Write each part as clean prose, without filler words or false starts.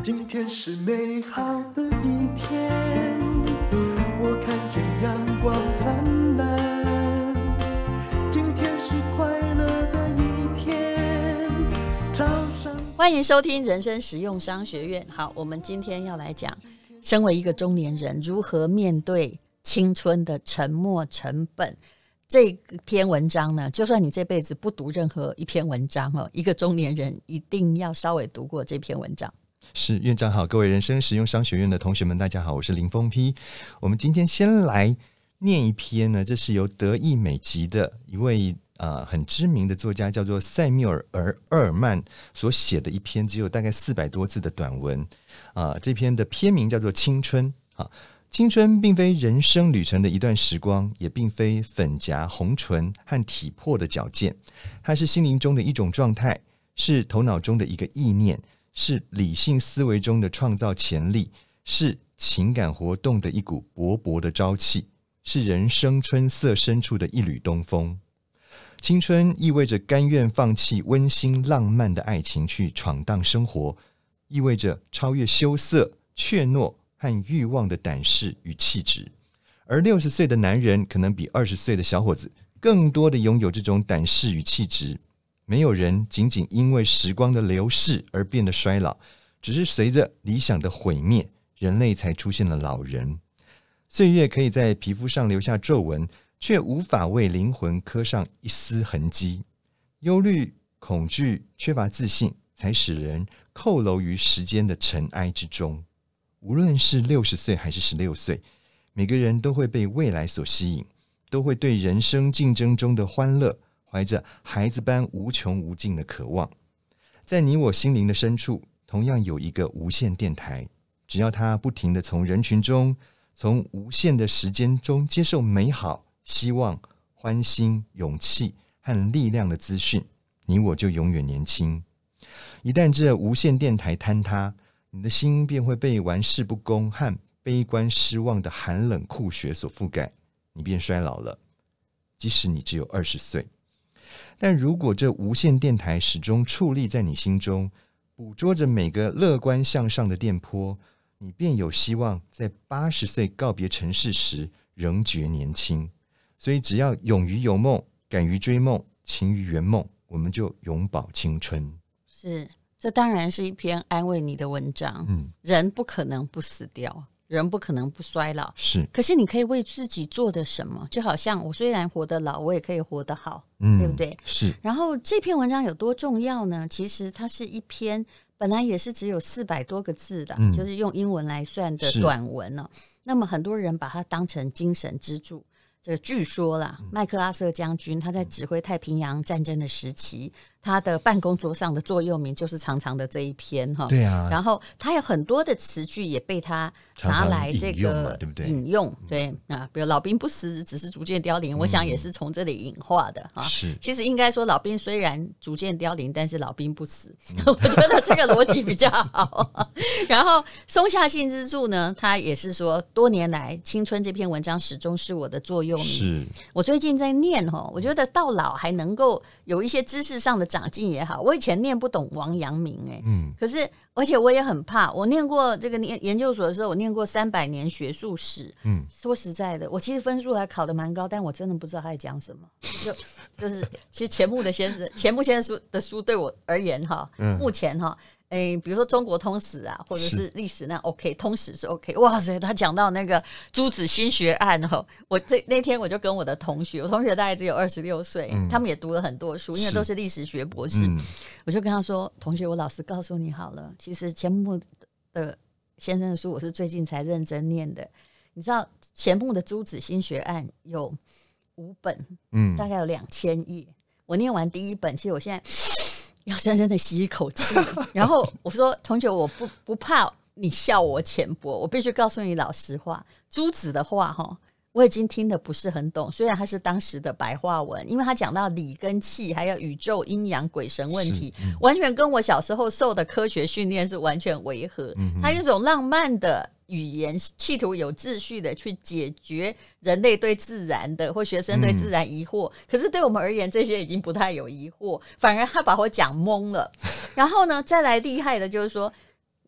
今天是美好的一天，我看见阳光灿烂。今天是快乐的一天，早上。 欢迎收听人生实用商学院。好，我们今天要来讲，身为一个中年人，如何面对青春的沉没成本。这篇文章呢，就算你这辈子不读任何一篇文章，一个中年人一定要稍微读过这篇文章。 是，院长好，各位人生实用商学院的同学们大家好，我是林峰丕。我们今天先来念一篇呢，这是由德意美籍的一位很知名的作家叫做塞缪尔·厄尔曼所写的一篇只有大概400多字的短文。这篇的篇名叫做青春。青春并非人生旅程的一段时光，也并非粉颊红唇和体魄的矫健，它是心灵中的一种状态，是头脑中的一个意念，是理性思维中的创造潜力，是情感活动的一股勃勃的朝气，是人生春色深处的一缕东风。青春意味着甘愿放弃温馨浪漫的爱情去闯荡生活，意味着超越羞涩、怯懦和欲望的胆识与气质。而60岁的男人可能比20岁的小伙子更多的拥有这种胆识与气质。没有人仅仅因为时光的流逝而变得衰老，只是随着理想的毁灭，人类才出现了老人。岁月可以在皮肤上留下皱纹，却无法为灵魂刻上一丝痕迹。忧虑、恐惧、缺乏自信，才使人佝偻于时间的尘埃之中。无论是60岁还是16岁，每个人都会被未来所吸引，都会对人生竞争中的欢乐怀着孩子般无穷无尽的渴望。在你我心灵的深处，同样有一个无线电台，只要它不停地从人群中，从无限的时间中接受美好、希望、欢欣、勇气和力量的资讯，你我就永远年轻。一旦这无线电台坍塌，你的心便会被玩世不恭和悲观失望的寒冷酷雪所覆盖，你便衰老了，即使你只有20岁。但如果这无线电台始终矗立在你心中，捕捉着每个乐观向上的电波，你便有希望在80岁告别尘世时仍觉年轻。所以只要勇于有梦，敢于追梦，勤于圆梦，我们就永葆青春。 是，这当然是一篇安慰你的文章。人不可能不死掉，人不可能不衰老， 是。 可是你可以为自己做的什么？就好像我虽然活得老，我也可以活得好，对不对？ 是。 然后这篇文章有多重要呢？其实它是一篇本来也是只有400多个字的，就是用英文来算的短文哦。那么很多人把它当成精神支柱。这个据说啦，麦克阿瑟将军他在指挥太平洋战争的时期，他的办公桌上的座右铭就是长长的这一篇哈。 对啊。 然后他有很多的词句也被他拿来这个引用，对啊，比如老兵不死，只是逐渐凋零，我想也是从这里引化的哈。 是。 其实应该说，老兵虽然逐渐凋零，但是老兵不死，我觉得这个逻辑比较好。然后松下幸之助呢，他也是说，多年来《青春》这篇文章始终是我的座右铭。 是。 我最近在念我觉得到老还能够有一些知识上的长进也好。我以前念不懂王阳明可是而且我也很怕，我念过这个研究所的时候，我念过300年学术史。说实在的，我其实分数还考得蛮高，但我真的不知道他在讲什么。就是其实钱穆先生的书对我而言目前比如说中国通史啊，或者是历史那 OK， 通史是 OK。哇塞，他讲到那个朱子心学案我那天我就跟我的同学，我同学大概只有26岁，他们也读了很多书，因为都是历史学博士。我就跟他说，同学，我老实告诉你好了，其实钱穆的先生的书我是最近才认真念的。你知道钱穆的朱子心学案有5本，大概有2000页。我念完第1本，其实我现在要深深的吸一口气，然后我说，同学，我不怕你笑我浅薄，我必须告诉你老实话，朱子的话我已经听得不是很懂，虽然他是当时的白话文，因为他讲到理跟气还有宇宙阴阳鬼神问题，完全跟我小时候受的科学训练是完全违和。他有一种浪漫的语言，企图有秩序的去解决人类对自然的或学生对自然疑惑，可是对我们而言这些已经不太有疑惑，反而他把我讲懵了。然后呢，再来厉害的就是说，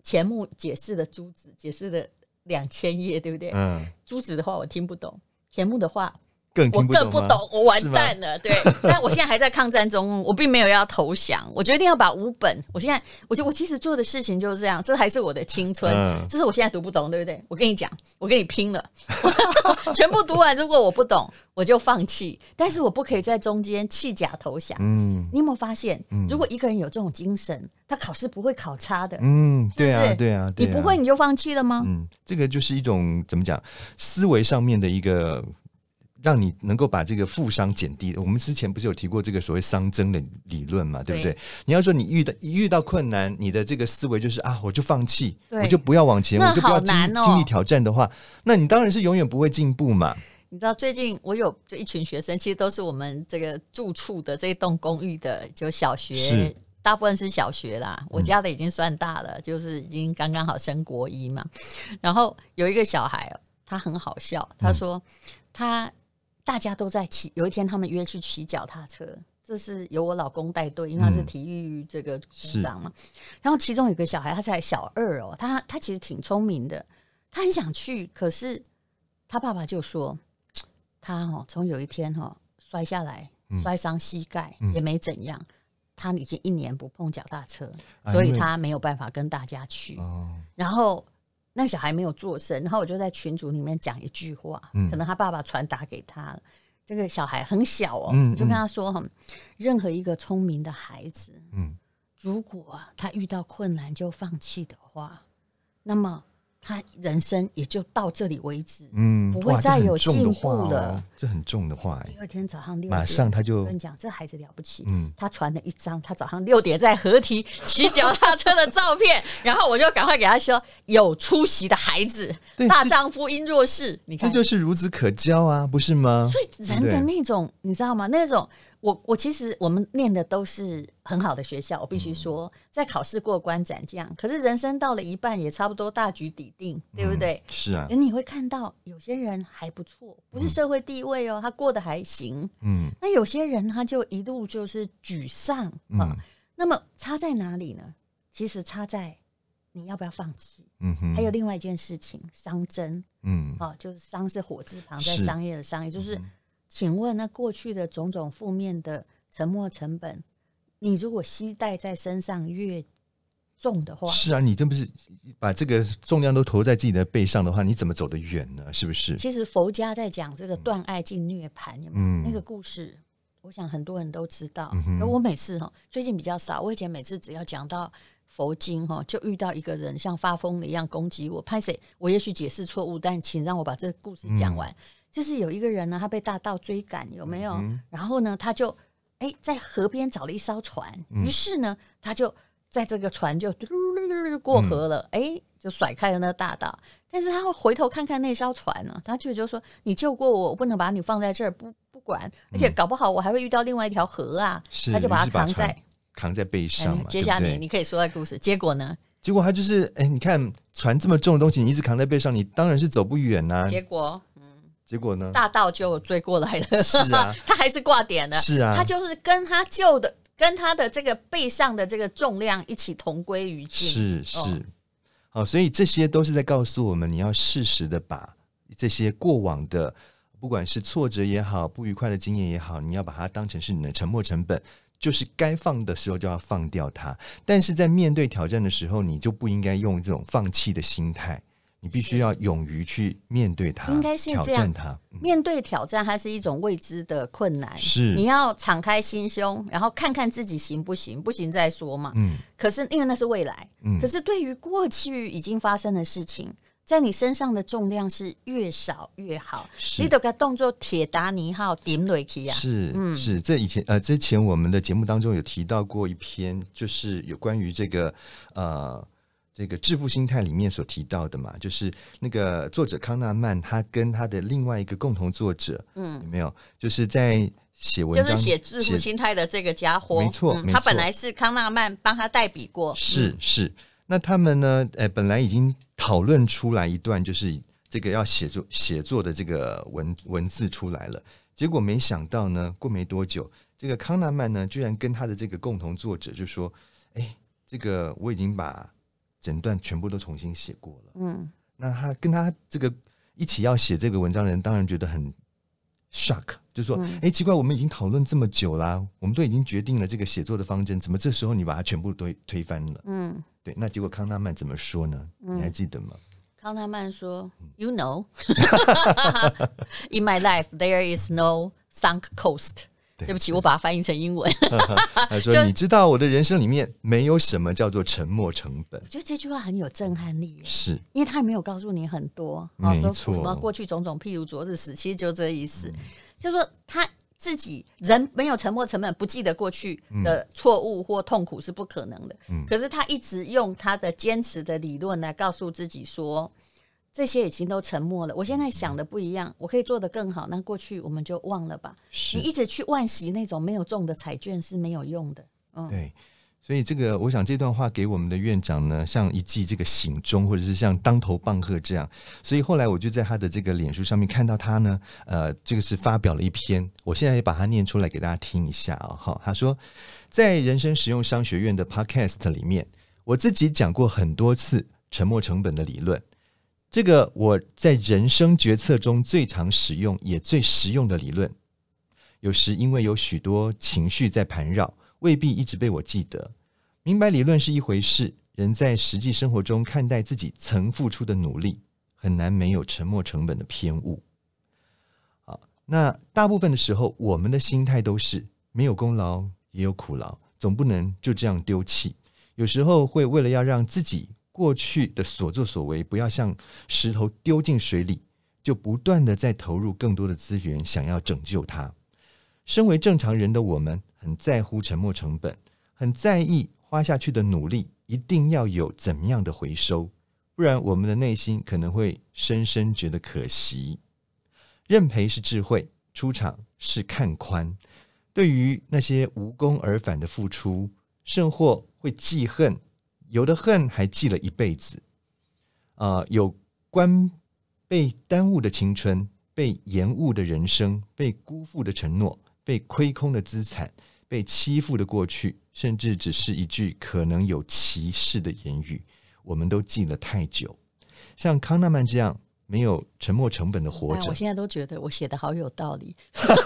钱穆解释的朱子解释了2000页，对不对？朱子的话我听不懂，钱穆的话我更不懂，我完蛋了。对，但我现在还在抗战中，我并没有要投降，我决定要把5本。我现在，我其实做的事情就是这样，这还是我的青春。这是我现在读不懂，对不对？我跟你讲，我跟你拼了，全部读完。如果我不懂，我就放弃。但是我不可以在中间弃甲投降。你有没有发现，如果一个人有这种精神，他考试不会考差的。 对啊，对啊， 你不会你就放弃了吗？ 这个就是一种怎么讲，思维上面的一个。让你能够把这个负伤减低。我们之前不是有提过这个所谓熵增的理论嘛，对不对？你要说你遇到困难，你的这个思维就是我就放弃，我就不要往前，我就不要经历挑战的话，那你当然是永远不会进步嘛。 你知道最近我有就一群学生，其实都是我们这个住处的这一栋公寓的，就小学，大部分是小学啦。我家的已经算大了，就是已经刚刚好升国1嘛。然后有一个小孩，他很好笑，他说大家都在骑，有一天他们约去骑脚踏车，这是由我老公带队，因为他是体育这个组长嘛。然后其中有个小孩，他才小2哦，他其实挺聪明的，他很想去，可是他爸爸就说他从有一天摔下来，摔伤膝盖，也没怎样，他已经1年不碰脚踏车，所以他没有办法跟大家去。然后那个小孩没有做声，然后我就在群组里面讲一句话，可能他爸爸传达给他了。这个小孩很小我就跟他说任何一个聪明的孩子，如果他遇到困难就放弃的话，那么他人生也就到这里为止，不会再有进步了。 这很重的话。 第2天早上6点， 马上他就跟你讲，这孩子了不起。他传了一张他早上6点在河堤骑脚踏车的照片，然后我就赶快给他说：有出息的孩子，大丈夫应若是。你看， 这就是孺子可教啊，不是吗？ 所以人的那种，你知道吗？那种。我其实我们念的都是很好的学校，我必须说，在考试过关斩将，可是人生到了一半也差不多大局底定，对不对？ 是啊， 你会看到有些人还不错，不是社会地位他过得还行。那有些人他就一路就是沮丧那么差在哪里呢？其实差在你要不要放弃。还有另外一件事情，熵增。就是熵是火字旁，在商业的商，也就是请问那过去的种种负面的沉没成本，你如果携带在身上越重的话， 是啊，你真不是把这个重量都投在自己的背上的话，你怎么走得远呢？是不是？ 其实佛家在讲这个断爱尽涅槃，那个故事我想很多人都知道。我每次最近比较少，我以前每次只要讲到佛经就遇到一个人像发疯了一样攻击我，拍谁我也许解释错误，但请让我把这个故事讲完。就是有一个人呢，他被大盗追赶，有没有？然后呢，他就在河边找了一艘船，于是呢，他就在这个船就过河了，就甩开了那个大盗。但是他会回头看看那艘船呢，他就说：“你救过我，我不能把你放在这儿不管，而且搞不好我还会遇到另外一条河啊。”他就把他扛在背上嘛。 接下来你可以说的故事，结果呢？ 结果他就是你看船这么重的东西，你一直扛在背上，你当然是走不远啊。结果呢？大盗就追过来了， 是啊， 他还是挂点了， 是啊， 他就是跟他的这个背上的这个重量一起同归于尽， 是。所以这些都是在告诉我们，你要适时的把这些过往的，不管是挫折也好，不愉快的经验也好，你要把它当成是你的沉没成本，就是该放的时候就要放掉它。但是在面对挑战的时候，你就不应该用这种放弃的心态。你必须要勇于去面对它， 应该是这样， 挑战它。 面对挑战，它是一种未知的困难， 是你要敞开心胸，然后看看自己行不行，不行再说嘛。可是因为那是未来，可是对于过去已经发生的事情，在你身上的重量是越少越好。你都给动作铁达尼号顶落去啊！ 是，这之前我们的节目当中有提到过一篇，就是有关于这个致富心态里面所提到的嘛，就是那个作者康纳曼，他跟他的另外一个共同作者，有没有？就是在写文章， 就是写致富心态的这个家伙， 没错， 他本来是康纳曼帮他代笔过， 是。那他们呢，本来已经讨论出来一段，就是这个要写作的这个文字出来了，结果没想到呢，过没多久，这个康纳曼呢，居然跟他的这个共同作者就说：“这个我已经把整段全部都重新写过了。那他跟他这个一起要写这个文章的人当然觉得很 shock， 就说奇怪，我们已经讨论这么久啦，我们都已经决定了这个写作的方针，怎么这时候你把它全部都推翻了？对，那结果康纳曼怎么说呢？你还记得吗？ 康纳曼说 You know In my life there is no sunk cost。 对不起，我把它翻译成英文。 他说你知道我的人生里面没有什么叫做沉没成本。 我觉得这句话很有震撼力， 是因为他没有告诉你很多， 没错， 说什么过去种种譬如昨日死，其实就这意思。就是说他自己人没有沉没成本，不记得过去的错误或痛苦是不可能的。可是他一直用他的坚持的理论来告诉自己说，这些已经都沉默了，我现在想的不一样，我可以做得更好，那过去我们就忘了吧。你一直去惋惜那种没有中的彩券是没有用的。 对，所以这个我想这段话给我们的院长呢，像一记这个醒钟，或者是像当头棒喝这样。所以后来我就在他的这个脸书上面看到他呢，这个是发表了一篇，我现在也把它念出来给大家听一下哦。他说，在人生实用商学院的 podcast 里面，我自己讲过很多次沉没成本的理论。这个我在人生决策中最常使用也最实用的理论，有时因为有许多情绪在盘绕，未必一直被我记得。明白理论是一回事，人在实际生活中看待自己曾付出的努力，很难没有沉没成本的偏误。好，那大部分的时候，我们的心态都是没有功劳也有苦劳，总不能就这样丢弃。有时候会为了要让自己过去的所作所为不要像石头丢进水里，就不断的在投入更多的资源想要拯救它。身为正常人的我们很在乎沉没成本，很在意花下去的努力一定要有怎么样的回收，不然我们的内心可能会深深觉得可惜。认赔是智慧，出场是看宽。对于那些无功而返的付出，甚或会记恨，有的恨还记了一辈子。有关被耽误的青春，被延误的人生，被辜负的承诺，被亏空的资产，被欺负的过去，甚至只是一句可能有歧视的言语，我们都记了太久。像康纳曼这样没有沉没成本的活着， 我现在都觉得我写的好有道理。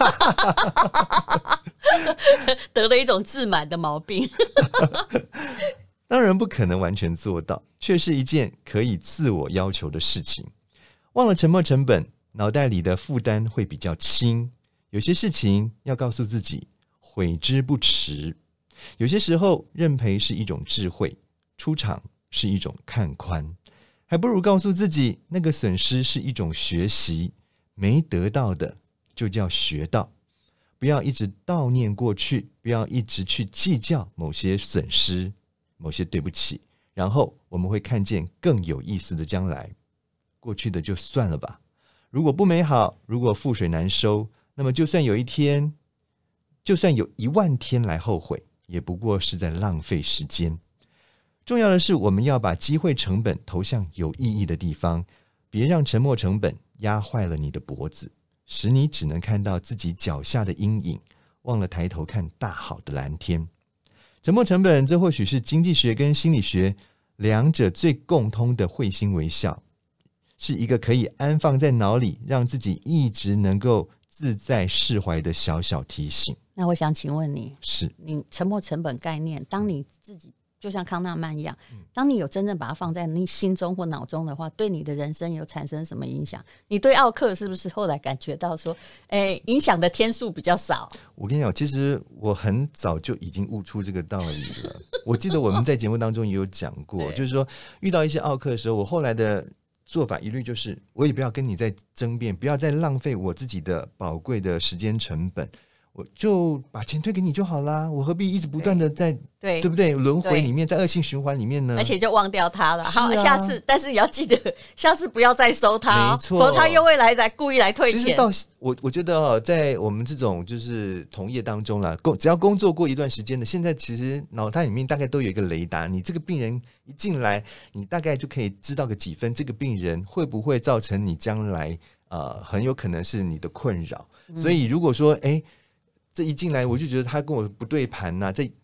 得了一种自满的毛病。 当然不可能完全做到，却是一件可以自我要求的事情。忘了沉没成本，脑袋里的负担会比较轻。有些事情要告诉自己悔之不迟。有些时候认赔是一种智慧，出场是一种看宽。还不如告诉自己，那个损失是一种学习，没得到的就叫学到。不要一直悼念过去，不要一直去计较某些损失，某些对不起，然后我们会看见更有意思的将来。过去的就算了吧，如果不美好，如果覆水难收，那么就算有一天，就算有10000天来后悔，也不过是在浪费时间。重要的是，我们要把机会成本投向有意义的地方，别让沉没成本压坏了你的脖子，使你只能看到自己脚下的阴影，忘了抬头看大好的蓝天。沉没成本，这或许是经济学跟心理学两者最共通的会心微笑，是一个可以安放在脑里，让自己一直能够自在释怀的小小提醒。 那我想请问你， 是你沉没成本概念，当你自己就像康纳曼一样，当你有真正把它放在你心中或脑中的话，对你的人生有产生什么影响？你对奥克是不是后来感觉到说，影响的天数比较少？ 我跟你讲，其实我很早就已经悟出这个道理了。我记得我们在节目当中也有讲过，就是说遇到一些奥克的时候，我后来的做法一律就是，我也不要跟你再争辩，不要再浪费我自己的宝贵的时间成本，我就把钱退给你就好啦，我何必一直不断的在 对不对轮回里面，在恶性循环里面呢？ 而且就忘掉它了。好，下次但是也要记得，下次不要再收它， 没错， 否则他又会来故意来退钱。 其实我觉得在我们这种就是同业当中啦，只要工作过一段时间的，现在其实脑袋里面大概都有一个雷达，你这个病人一进来，你大概就可以知道个几分，这个病人会不会造成你将来很有可能是你的困扰。所以如果说这一进来我就觉得他跟我不对盘啊，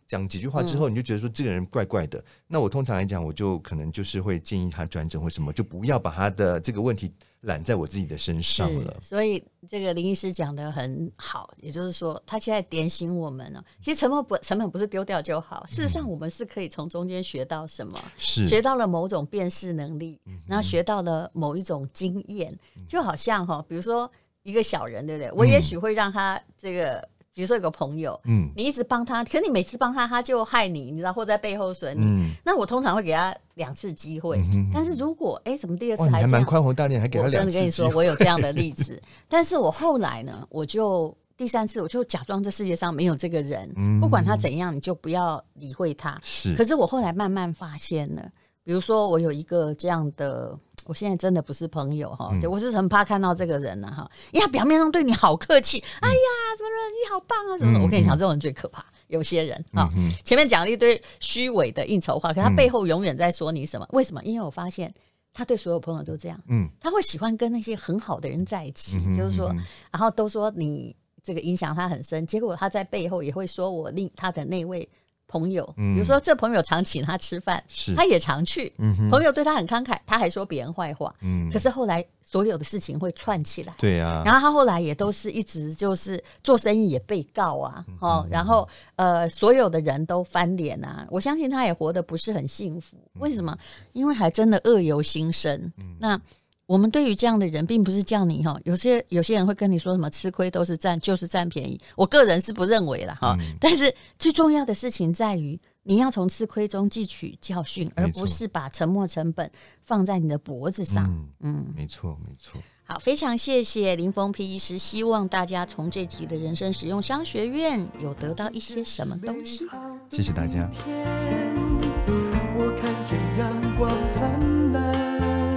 讲几句话之后，你就觉得说这个人怪怪的，那我通常来讲，我就可能就是会建议他转诊或什么，就不要把他的这个问题揽在我自己的身上了。 所以这个林医师讲的很好，也就是说，他现在点醒我们了。其实成本不是丢掉就好，事实上我们是可以从中间学到什么，学到了某种辨识能力，然后学到了某一种经验，就好像比如说一个小人，对不对？我也许会让他这个。比如说有个朋友，你一直帮他，可是你每次帮他，他就害你，你知道，或在背后损你。那我通常会给他2次机会，但是如果怎么第2次还这样， 还蛮宽宏大量，还给他2次机会。 我真的跟你说，我有这样的例子。但是我后来呢，我就第3次，我就假装这世界上没有这个人，不管他怎样，你就不要理会他。可是我后来慢慢发现了，比如说我有一个这样的。我现在真的不是朋友我是很怕看到这个人因为他表面上对你好客气，哎呀，怎么了？你好棒啊，什么？我跟你讲，这种人最可怕。有些人前面讲了一堆虚伪的应酬话，可他背后永远在说你什么？为什么？因为我发现他对所有朋友都这样，他会喜欢跟那些很好的人在一起，就是说，然后都说你这个影响他很深，结果他在背后也会说我他的那位。朋友，比如说这朋友常请他吃饭，他也常去，朋友对他很慷慨，他还说别人坏话，可是后来所有的事情会串起来， 对啊， 然后他后来也都是一直就是做生意也被告啊，然后所有的人都翻脸啊，我相信他也活得不是很幸福，为什么？因为还真的恶由心生，那。我们对于这样的人，并不是叫你有些人会跟你说什么吃亏都是就是占便宜，我个人是不认为啦但是最重要的事情在于你要从吃亏中汲取教训，而不是把沉没成本放在你的脖子上。 没错没错。 好，非常谢谢林峰皮医师，希望大家从这集的人生实用商学院有得到一些什么东西。 谢谢大家。 我看见阳光灿烂，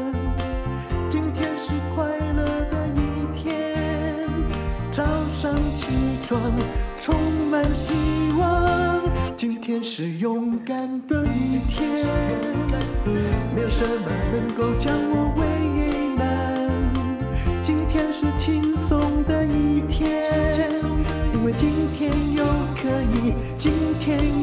快乐的一天，早上起床充满希望，今天是勇敢的一天，没有什么能够将我为难，今天是轻松的一天，因为今天又可以，今天